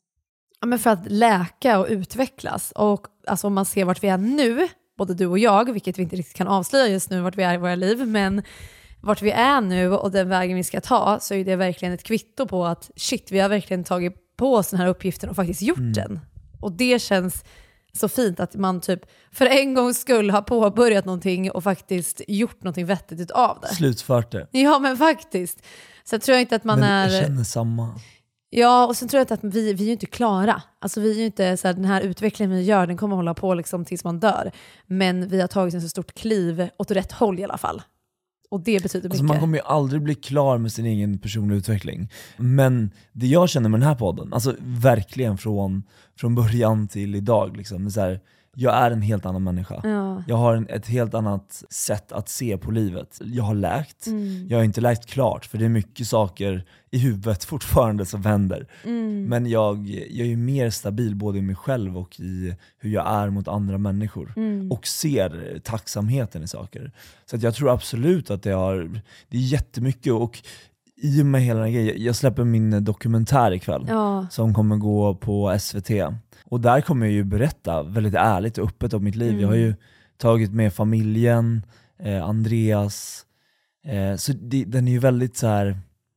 ja, men för att läka och utvecklas. Och alltså om man ser vart vi är nu, både du och jag, vilket vi inte riktigt kan avslöja just nu vart vi är i våra liv, men vart vi är nu och den vägen vi ska ta, så är det verkligen ett kvitto på att shit, vi har verkligen tagit på oss den här uppgiften och faktiskt gjort mm. den. Och det känns så fint att man typ för en gångs skull har påbörjat någonting och faktiskt gjort någonting vettigt utav det. Slutfört det. Ja men faktiskt. Så jag tror inte att man men är... jag känner samma. Ja, och sen tror jag inte att vi, vi är ju inte klara. Alltså vi är ju inte så här, den här utvecklingen vi gör, den kommer hålla på liksom tills man dör. Men vi har tagit en så stort kliv åt rätt håll i alla fall. Och det betyder mycket. Alltså man kommer ju aldrig bli klar med sin egen personliga utveckling. Men det jag känner med den här podden, alltså verkligen från, från början till idag liksom, så här, jag är en helt annan människa. Ja. Jag har en, ett helt annat sätt att se på livet. Jag har läkt. Mm. Jag har inte läkt klart, för det är mycket saker i huvudet fortfarande som händer. Mm. Men jag, jag är mer stabil både i mig själv och i hur jag är mot andra människor. Mm. Och ser tacksamheten i saker. Så att jag tror absolut att det har, det är jättemycket. Och i och med hela den här grejen, jag släpper min dokumentär ikväll. Ja. Som kommer gå på S V T. Och där kommer jag ju berätta väldigt ärligt och öppet om mitt liv. Mm. Jag har ju tagit med familjen, eh, Andreas. Eh, så det, den är ju väldigt så här,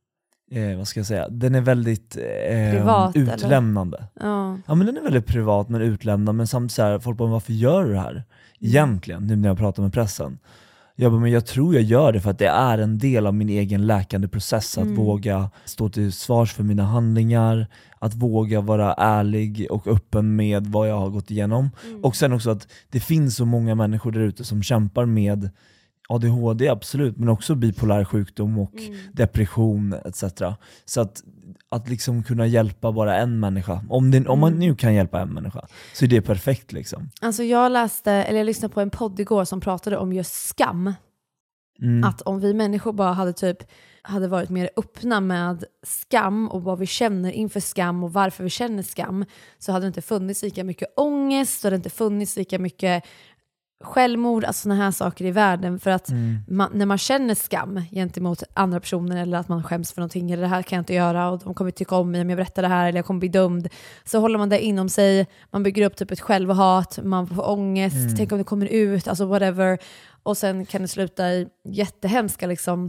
eh, vad ska jag säga? Den är väldigt eh, privat, utlämnande. Ja. Ja, men den är väldigt privat men utlämnande. Men samtidigt så här, folk bara, varför gör du det här? Egentligen, nu när jag pratar med pressen. Jag bara, men jag tror jag gör det för att det är en del av min egen läkande process. Att mm. våga stå till svars för mina handlingar. Att våga vara ärlig och öppen med vad jag har gått igenom. Mm. Och sen också att det finns så många människor där ute som kämpar med A D H D, absolut. Men också bipolär sjukdom och mm. depression et cetera. Så att, att liksom kunna hjälpa bara en människa. Om, det, om man nu kan hjälpa en människa så är det perfekt liksom. Alltså jag läste, eller jag lyssnade på en podd igår som pratade om just skam. Mm. Att om vi människor bara hade typ hade varit mer öppna med skam och vad vi känner inför skam och varför vi känner skam, så hade det inte funnits lika mycket ångest, så hade det inte funnits lika mycket självmord, alltså såna här saker i världen. För att mm. man, när man känner skam gentemot andra personer, eller att man skäms för någonting, eller det här kan jag inte göra och de kommer tycka om mig om jag berättar det här, eller jag kommer bli dömd, så håller man det inom sig, man bygger upp typ ett självhat, man får ångest, mm. tänk om det kommer ut, alltså whatever, och sen kan det sluta i jättehemska liksom,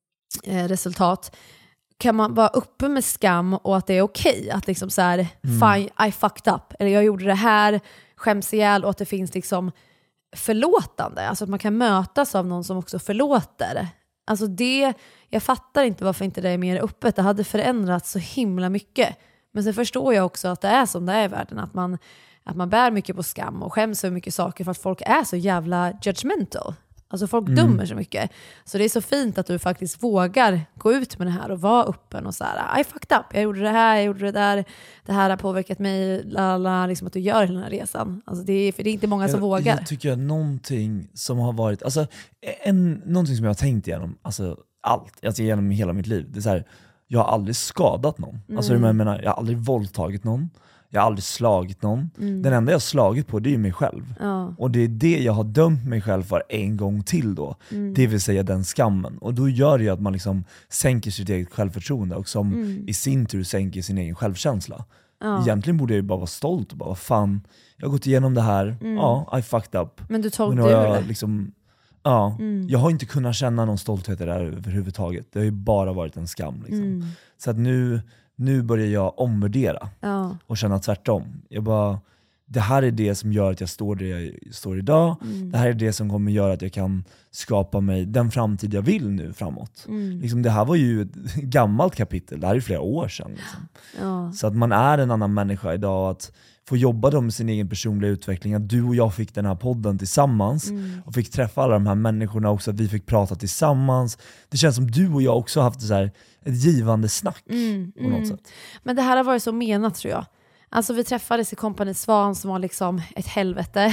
eh, resultat. Kan man vara uppe med skam och att det är okej okay, att liksom så här, mm. fine, I fucked up, eller jag gjorde det här, skäms ihjäl, och att det finns liksom förlåtande, alltså att man kan mötas av någon som också förlåter. Alltså det, jag fattar inte varför inte det är mer öppet. Det hade förändrats så himla mycket. Men sen förstår jag också att det är som det är i världen, att man, att man bär mycket på skam och skäms för mycket saker för att folk är så jävla judgmental. Alltså folk mm. dömer så mycket. Så det är så fint att du faktiskt vågar gå ut med det här och vara öppen och så här, I fucked up, jag gjorde det här, jag gjorde det där, det här har påverkat mig, lala, liksom att du gör den här resan. Alltså det är, för det är inte många som jag, vågar. Jag tycker att någonting som har varit, alltså en, någonting som jag har tänkt igenom, alltså allt, alltså genom hela mitt liv, det är så här, jag har aldrig skadat någon. Mm. Alltså jag menar, jag har aldrig våldtagit någon. Jag har aldrig slagit någon. Mm. Den enda jag har slagit på, det är mig själv. Ja. Och det är det jag har dömt mig själv för en gång till då. Mm. Det vill säga den skammen. Och då gör det ju att man liksom sänker sitt eget självförtroende och som mm. i sin tur sänker sin egen självkänsla. Ja. Egentligen borde jag ju bara vara stolt och bara, vad fan, jag har gått igenom det här. Mm. Ja, I fucked up. Men du tog Men du jag, det? Liksom, ja, mm. jag har inte kunnat känna någon stolthet i det här överhuvudtaget. Det har ju bara varit en skam. Liksom. Mm. Så att nu... Nu börjar jag omvärdera ja. och känna tvärtom. Jag bara, det här är det som gör att jag står där jag står idag. Mm. Det här är det som kommer göra att jag kan skapa mig den framtid jag vill nu framåt. Mm. Liksom, det här var ju ett gammalt kapitel. Det här är flera år sedan. Liksom. Ja. Så att man är en annan människa idag. Att få jobba med sin egen personliga utveckling. Att du och jag fick den här podden tillsammans. Mm. Och fick träffa alla de här människorna också. Att vi fick prata tillsammans. Det känns som du och jag också haft så här, ett givande snack mm, på något mm. sätt. Men det här har varit så menat, tror jag. Alltså vi träffades i Kompani Svan som var liksom ett helvete.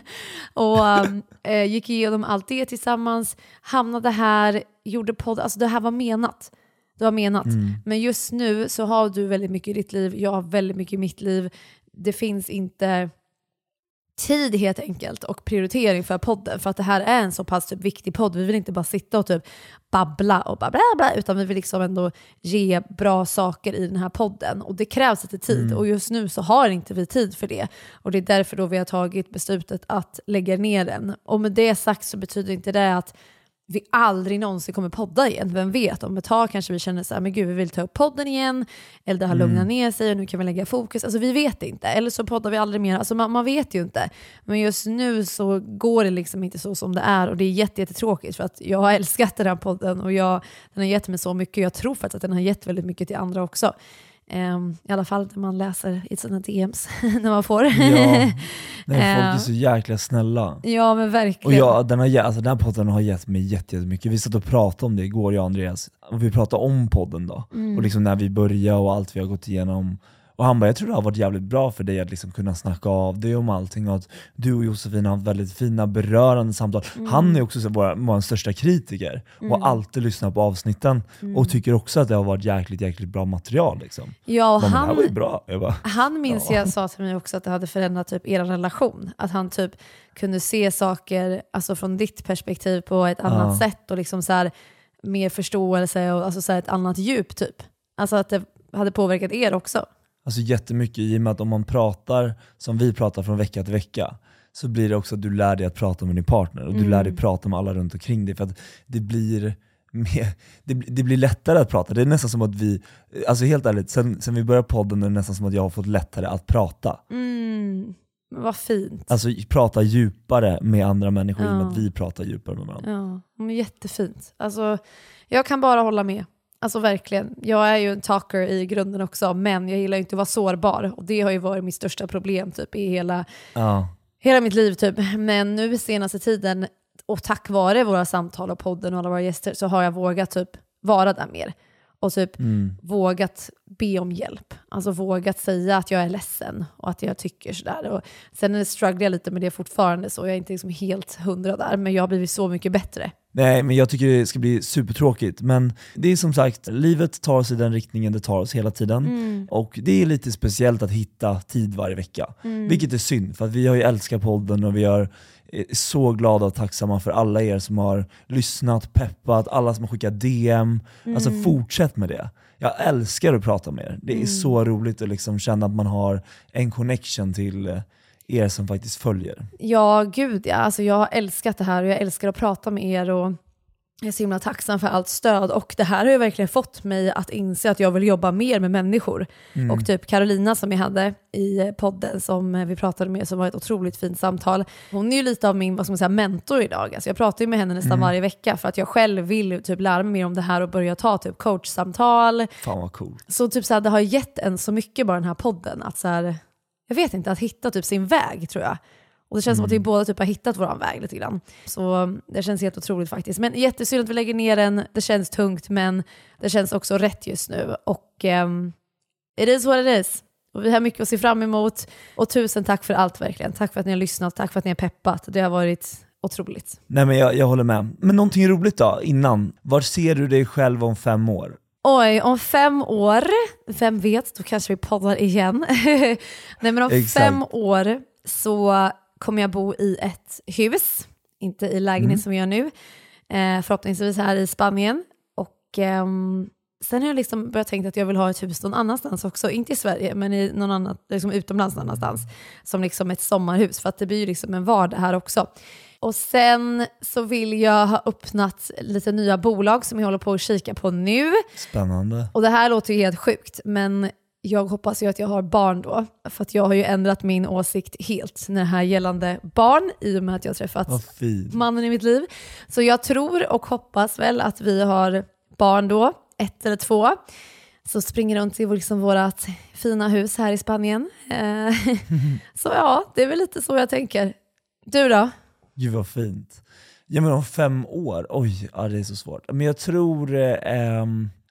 och um, eh, gick igenom allt det tillsammans. Hamnade här, gjorde podd. Alltså det här var menat. Det var menat. Mm. Men just nu så har du väldigt mycket i ditt liv. Jag har väldigt mycket i mitt liv. Det finns inte tid helt enkelt och prioritering för podden. För att det här är en så pass typ viktig podd. Vi vill inte bara sitta och typ babbla och babbla, bla, utan vi vill liksom ändå ge bra saker i den här podden. Och det krävs lite tid. Mm. Och just nu så har inte vi tid för det. Och det är därför då vi har tagit beslutet att lägga ner den. Och med det sagt så betyder inte det att vi aldrig någonsin kommer podda igen. Vem vet, om ett tag kanske vi känner så här, men gud vi vill ta upp podden igen, eller det har lugnat mm. ner sig och nu kan vi lägga fokus. Alltså vi vet inte, eller så poddar vi aldrig mer. Alltså man, man vet ju inte. Men just nu så går det liksom inte så som det är och det är jätte, jättetråkigt för att jag har älskat den här podden och jag, den har gett mig så mycket. Jag tror faktiskt att den har gett väldigt mycket till andra också. Um, I alla fall när man läser i sina D Ms när man får. Ja, nej, folk är så jäkla snälla. Ja men verkligen. Och jag, den, har, alltså, den här podden har gett mig jättemycket. Vi satt och pratade om det igår, jag och Andreas. Och vi pratade om podden då. Mm. Och liksom när vi började och allt vi har gått igenom. Och han bara, jag tror det har varit jävligt bra för dig att liksom kunna snacka av det om allting. Och att du och Josefin har haft väldigt fina, berörande samtal. Mm. Han är också så vår, vår största kritiker. Mm. Och har alltid lyssnat på avsnitten. Mm. Och tycker också att det har varit jäkligt, jäkligt bra material. Liksom. Ja, och men han, det här var ju bra. Jag bara, han minns ja. jag sa till mig också att det hade förändrat typ er relation. Att han typ kunde se saker alltså från ditt perspektiv på ett annat ja. sätt. Och liksom så här, mer förståelse och alltså så här, ett annat djup typ. Alltså att det hade påverkat er också. Alltså jättemycket, i och med att om man pratar som vi pratar från vecka till vecka så blir det också att du lär dig att prata med din partner och du mm. lär dig prata med alla runt omkring dig för att det blir mer, det, det blir lättare att prata. Det är nästan som att vi, alltså helt ärligt, sen, sen vi började podden är det nästan som att jag har fått lättare att prata. Mm. Vad fint. Alltså prata djupare med andra människor ja. i och med att vi pratar djupare med varandra. Ja, men jättefint. Alltså jag kan bara hålla med. Alltså verkligen, jag är ju en talker i grunden också, men jag gillar inte att vara sårbar och det har ju varit mitt största problem typ i hela, ja. hela mitt liv typ. Men nu senaste tiden och tack vare våra samtal och podden och alla våra gäster så har jag vågat typ vara där mer och typ mm. vågat be om hjälp. Alltså vågat säga att jag är ledsen och att jag tycker sådär. Och sen strugglar jag lite med det fortfarande så jag är inte liksom helt hundra där, men jag har blivit så mycket bättre. Nej, men jag tycker det ska bli supertråkigt. Men det är som sagt, livet tar oss i den riktningen det tar oss hela tiden. Mm. Och det är lite speciellt att hitta tid varje vecka. Mm. Vilket är synd, för att vi har ju älskat podden och vi är så glada och tacksamma för alla er som har lyssnat, peppat, alla som har skickat D M. Mm. Alltså fortsätt med det. Jag älskar att prata med er. Det är mm. så roligt att liksom känna att man har en connection till er som faktiskt följer. Ja, gud ja. Alltså jag har älskat det här och jag älskar att prata med er och jag är så himla tacksam för allt stöd och det här har ju verkligen fått mig att inse att jag vill jobba mer med människor. Mm. Och typ Carolina som jag hade i podden som vi pratade med som var ett otroligt fint samtal. Hon är ju lite av min vad ska man säga, mentor idag. Alltså jag pratar ju med henne nästan mm. varje vecka för att jag själv vill typ lära mig mer om det här och börja ta typ coachsamtal. Fan vad cool. Så typ så här, det har gett en så mycket bara den här podden att så här, jag vet inte, att hitta typ sin väg tror jag. Och det känns mm. som att vi båda typ har hittat våran väg lite grann. Så det känns helt otroligt faktiskt. Men jättesynd att vi lägger ner den. Det känns tungt men det känns också rätt just nu. Och um, it is what it is. Och vi har mycket att se fram emot. Och tusen tack för allt verkligen. Tack för att ni har lyssnat. Tack för att ni har peppat. Det har varit otroligt. Nej men jag, jag håller med. Men någonting roligt då innan. Var ser du dig själv om fem år? Oj, om fem år, vem vet, då kanske vi poddar igen. Nej men om Exakt. fem år så kommer jag bo i ett hus, inte i lägenhet mm. som jag gör nu. Eh, förhoppningsvis här i Spanien. Och eh, sen har jag liksom börjat tänka att jag vill ha ett hus någon annanstans också. Inte i Sverige, men i någon annan, liksom utomlands någon annanstans. Som liksom ett sommarhus, för att det blir ju liksom en vardag här också. Och sen så vill jag ha öppnat lite nya bolag som jag håller på att kika på nu. Spännande. Och det här låter ju helt sjukt, men jag hoppas ju att jag har barn då. För att jag har ju ändrat min åsikt helt när det här gällande barn i och med att jag har träffat mannen i mitt liv. Så jag tror och hoppas väl att vi har barn då, ett eller två. Så springer runt i liksom vårat fina hus här i Spanien. Så ja, det är väl lite så jag tänker. Du då? Gud vad fint. Ja men om fem år, oj, ja, det är så svårt. Men jag tror, eh,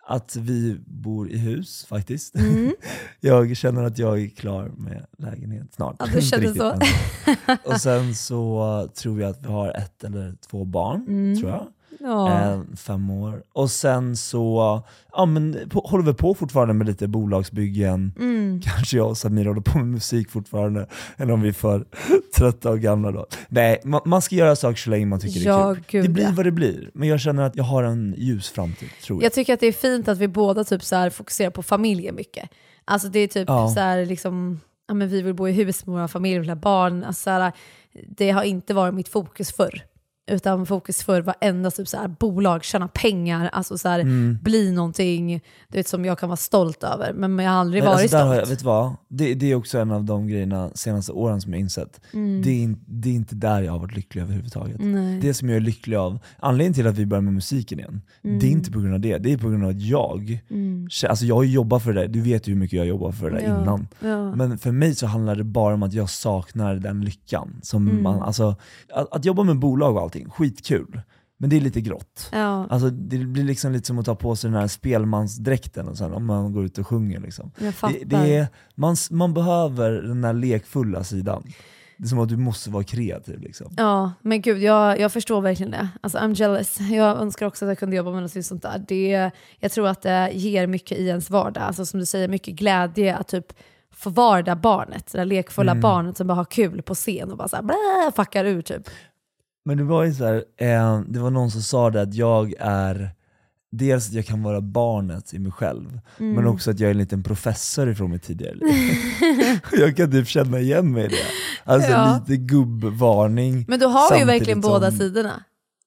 att vi bor i hus faktiskt. Mm. Jag känner att jag är klar med lägenhet snart. Ja, du känner så. Och sen så tror jag att vi har ett eller två barn, mm. tror jag. Ja. Eh, fem år. Och sen så ja, men, på, håller vi på fortfarande med lite bolagsbyggen. Mm. Kanske jag och Samir håller på med musik fortfarande. Eller om vi är för trötta och gamla då. Nej, man, man ska göra saker så länge man tycker ja, det är kul. Gud, det blir ja. vad det blir. Men jag känner att jag har en ljus framtid, tror jag. Jag tycker att det är fint att vi båda typ så här fokuserar på familjen mycket. Alltså det är typ ja. så här liksom, ja, men vi vill bo i hus med våra familjer, vill ha barn. Alltså så här, det har inte varit mitt fokus förr. Utan fokus för var endast typ så här, bolag, tjäna pengar, alltså så här, mm. bli någonting du vet, som jag kan vara stolt över. Men jag har aldrig men varit alltså, stolt. Har jag, vet vad? Det, det är också en av de grejerna senaste åren som jag insett. Mm. Det, är in, det är inte där jag har varit lycklig överhuvudtaget. Nej. Det som jag är lycklig av, anledningen till att vi börjar med musiken igen, mm. det är inte på grund av det. Det är på grund av att jag, mm. alltså jag har jobbat för det där. Du vet ju hur mycket jag jobbar för det där ja. innan. Ja. Men för mig så handlar det bara om att jag saknar den lyckan. Som mm. man, alltså, att, att jobba med bolag och allting, skitkul. Men det är lite grått. Ja. Alltså, det blir liksom lite som att ta på sig den här spelmansdräkten och sen, om man går ut och sjunger. Liksom. Det, det är, man, man behöver den här lekfulla sidan. Det är som att du måste vara kreativ. Liksom. Ja, men gud, jag, jag förstår verkligen det. Alltså, I'm jealous. Jag önskar också att jag kunde jobba med något sånt där. Det, jag tror att det ger mycket i ens vardag. Alltså, som du säger, mycket glädje att typ få vara det barnet. Det där lekfulla mm. barnet som bara har kul på scen och bara så här, blä, fuckar ur typ. Men det var ju så här, eh, det var någon som sa det att jag är, dels att jag kan vara barnet i mig själv, mm. men också att jag är en liten professor ifrån mitt tidigare liv. Jag kan typ känna igen mig i det. Alltså ja. lite gubbvarning. Men du har ju verkligen som, båda sidorna.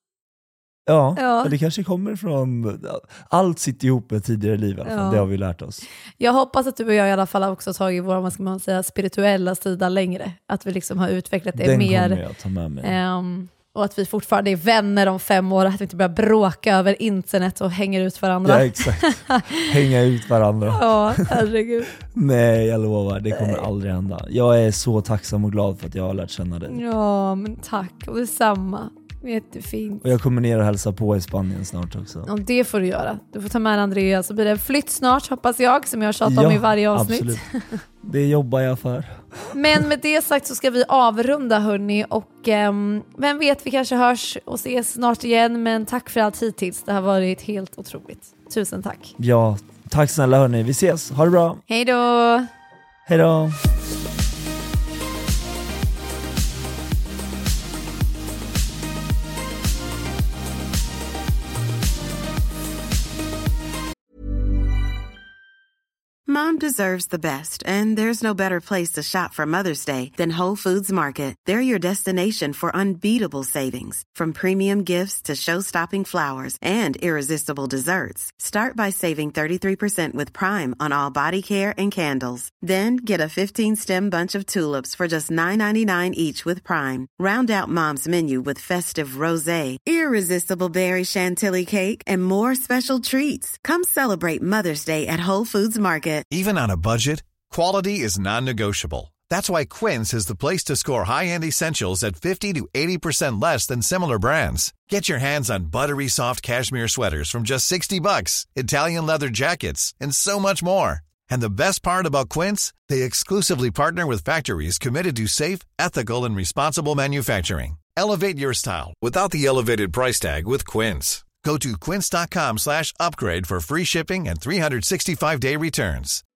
Ja, ja, det kanske kommer från, allt sitter ihop med tidigare liv i alla fall, ja. Det har vi lärt oss. Jag hoppas att du och jag i alla fall har också tagit vår, vad ska man säga, spirituella sida längre. Att vi liksom har utvecklat det Den mer. Den kommer jag ta med mig. Um, och att vi fortfarande är vänner om fem år, att vi inte börjar bråka över internet och hänger ut varandra. Ja, exakt. Hänga ut varandra. Ja, herregud. Nej, jag lovar, det kommer Nej. aldrig hända. Jag är så tacksam och glad för att jag har lärt känna dig. Ja, men tack. Och detsamma. Jättefint. Och jag kommer ner och hälsa på i Spanien snart också. Ja, det får du göra. Du får ta med Andrea, så blir det en flytt snart, hoppas jag, som jag tjatar ja, om i varje avsnitt. Absolut. Det jobbar jag för. Men med det sagt så ska vi avrunda, hörni. Och um, vem vet, vi kanske hörs och ses snart igen. Men tack för allt hittills. Det har varit helt otroligt. Tusen tack. Ja, tack snälla hörni. Vi ses. Ha det bra. Hej då. Hej då. Mom deserves the best, and there's no better place to shop for Mother's Day than Whole Foods Market. They're your destination for unbeatable savings, from premium gifts to show-stopping flowers and irresistible desserts. Start by saving thirty-three percent with Prime on all body care and candles. Then get a fifteen-stem bunch of tulips for just nine ninety-nine each with Prime. Round out Mom's menu with festive rosé, irresistible berry chantilly cake, and more special treats. Come celebrate Mother's Day at Whole Foods Market. Even on a budget, quality is non-negotiable. That's why Quince is the place to score high-end essentials at fifty to eighty percent less than similar brands. Get your hands on buttery soft cashmere sweaters from just sixty bucks, Italian leather jackets, and so much more. And the best part about Quince, they exclusively partner with factories committed to safe, ethical, and responsible manufacturing. Elevate your style without the elevated price tag with Quince. Go to quince.com slash upgrade for free shipping and three sixty-five day returns.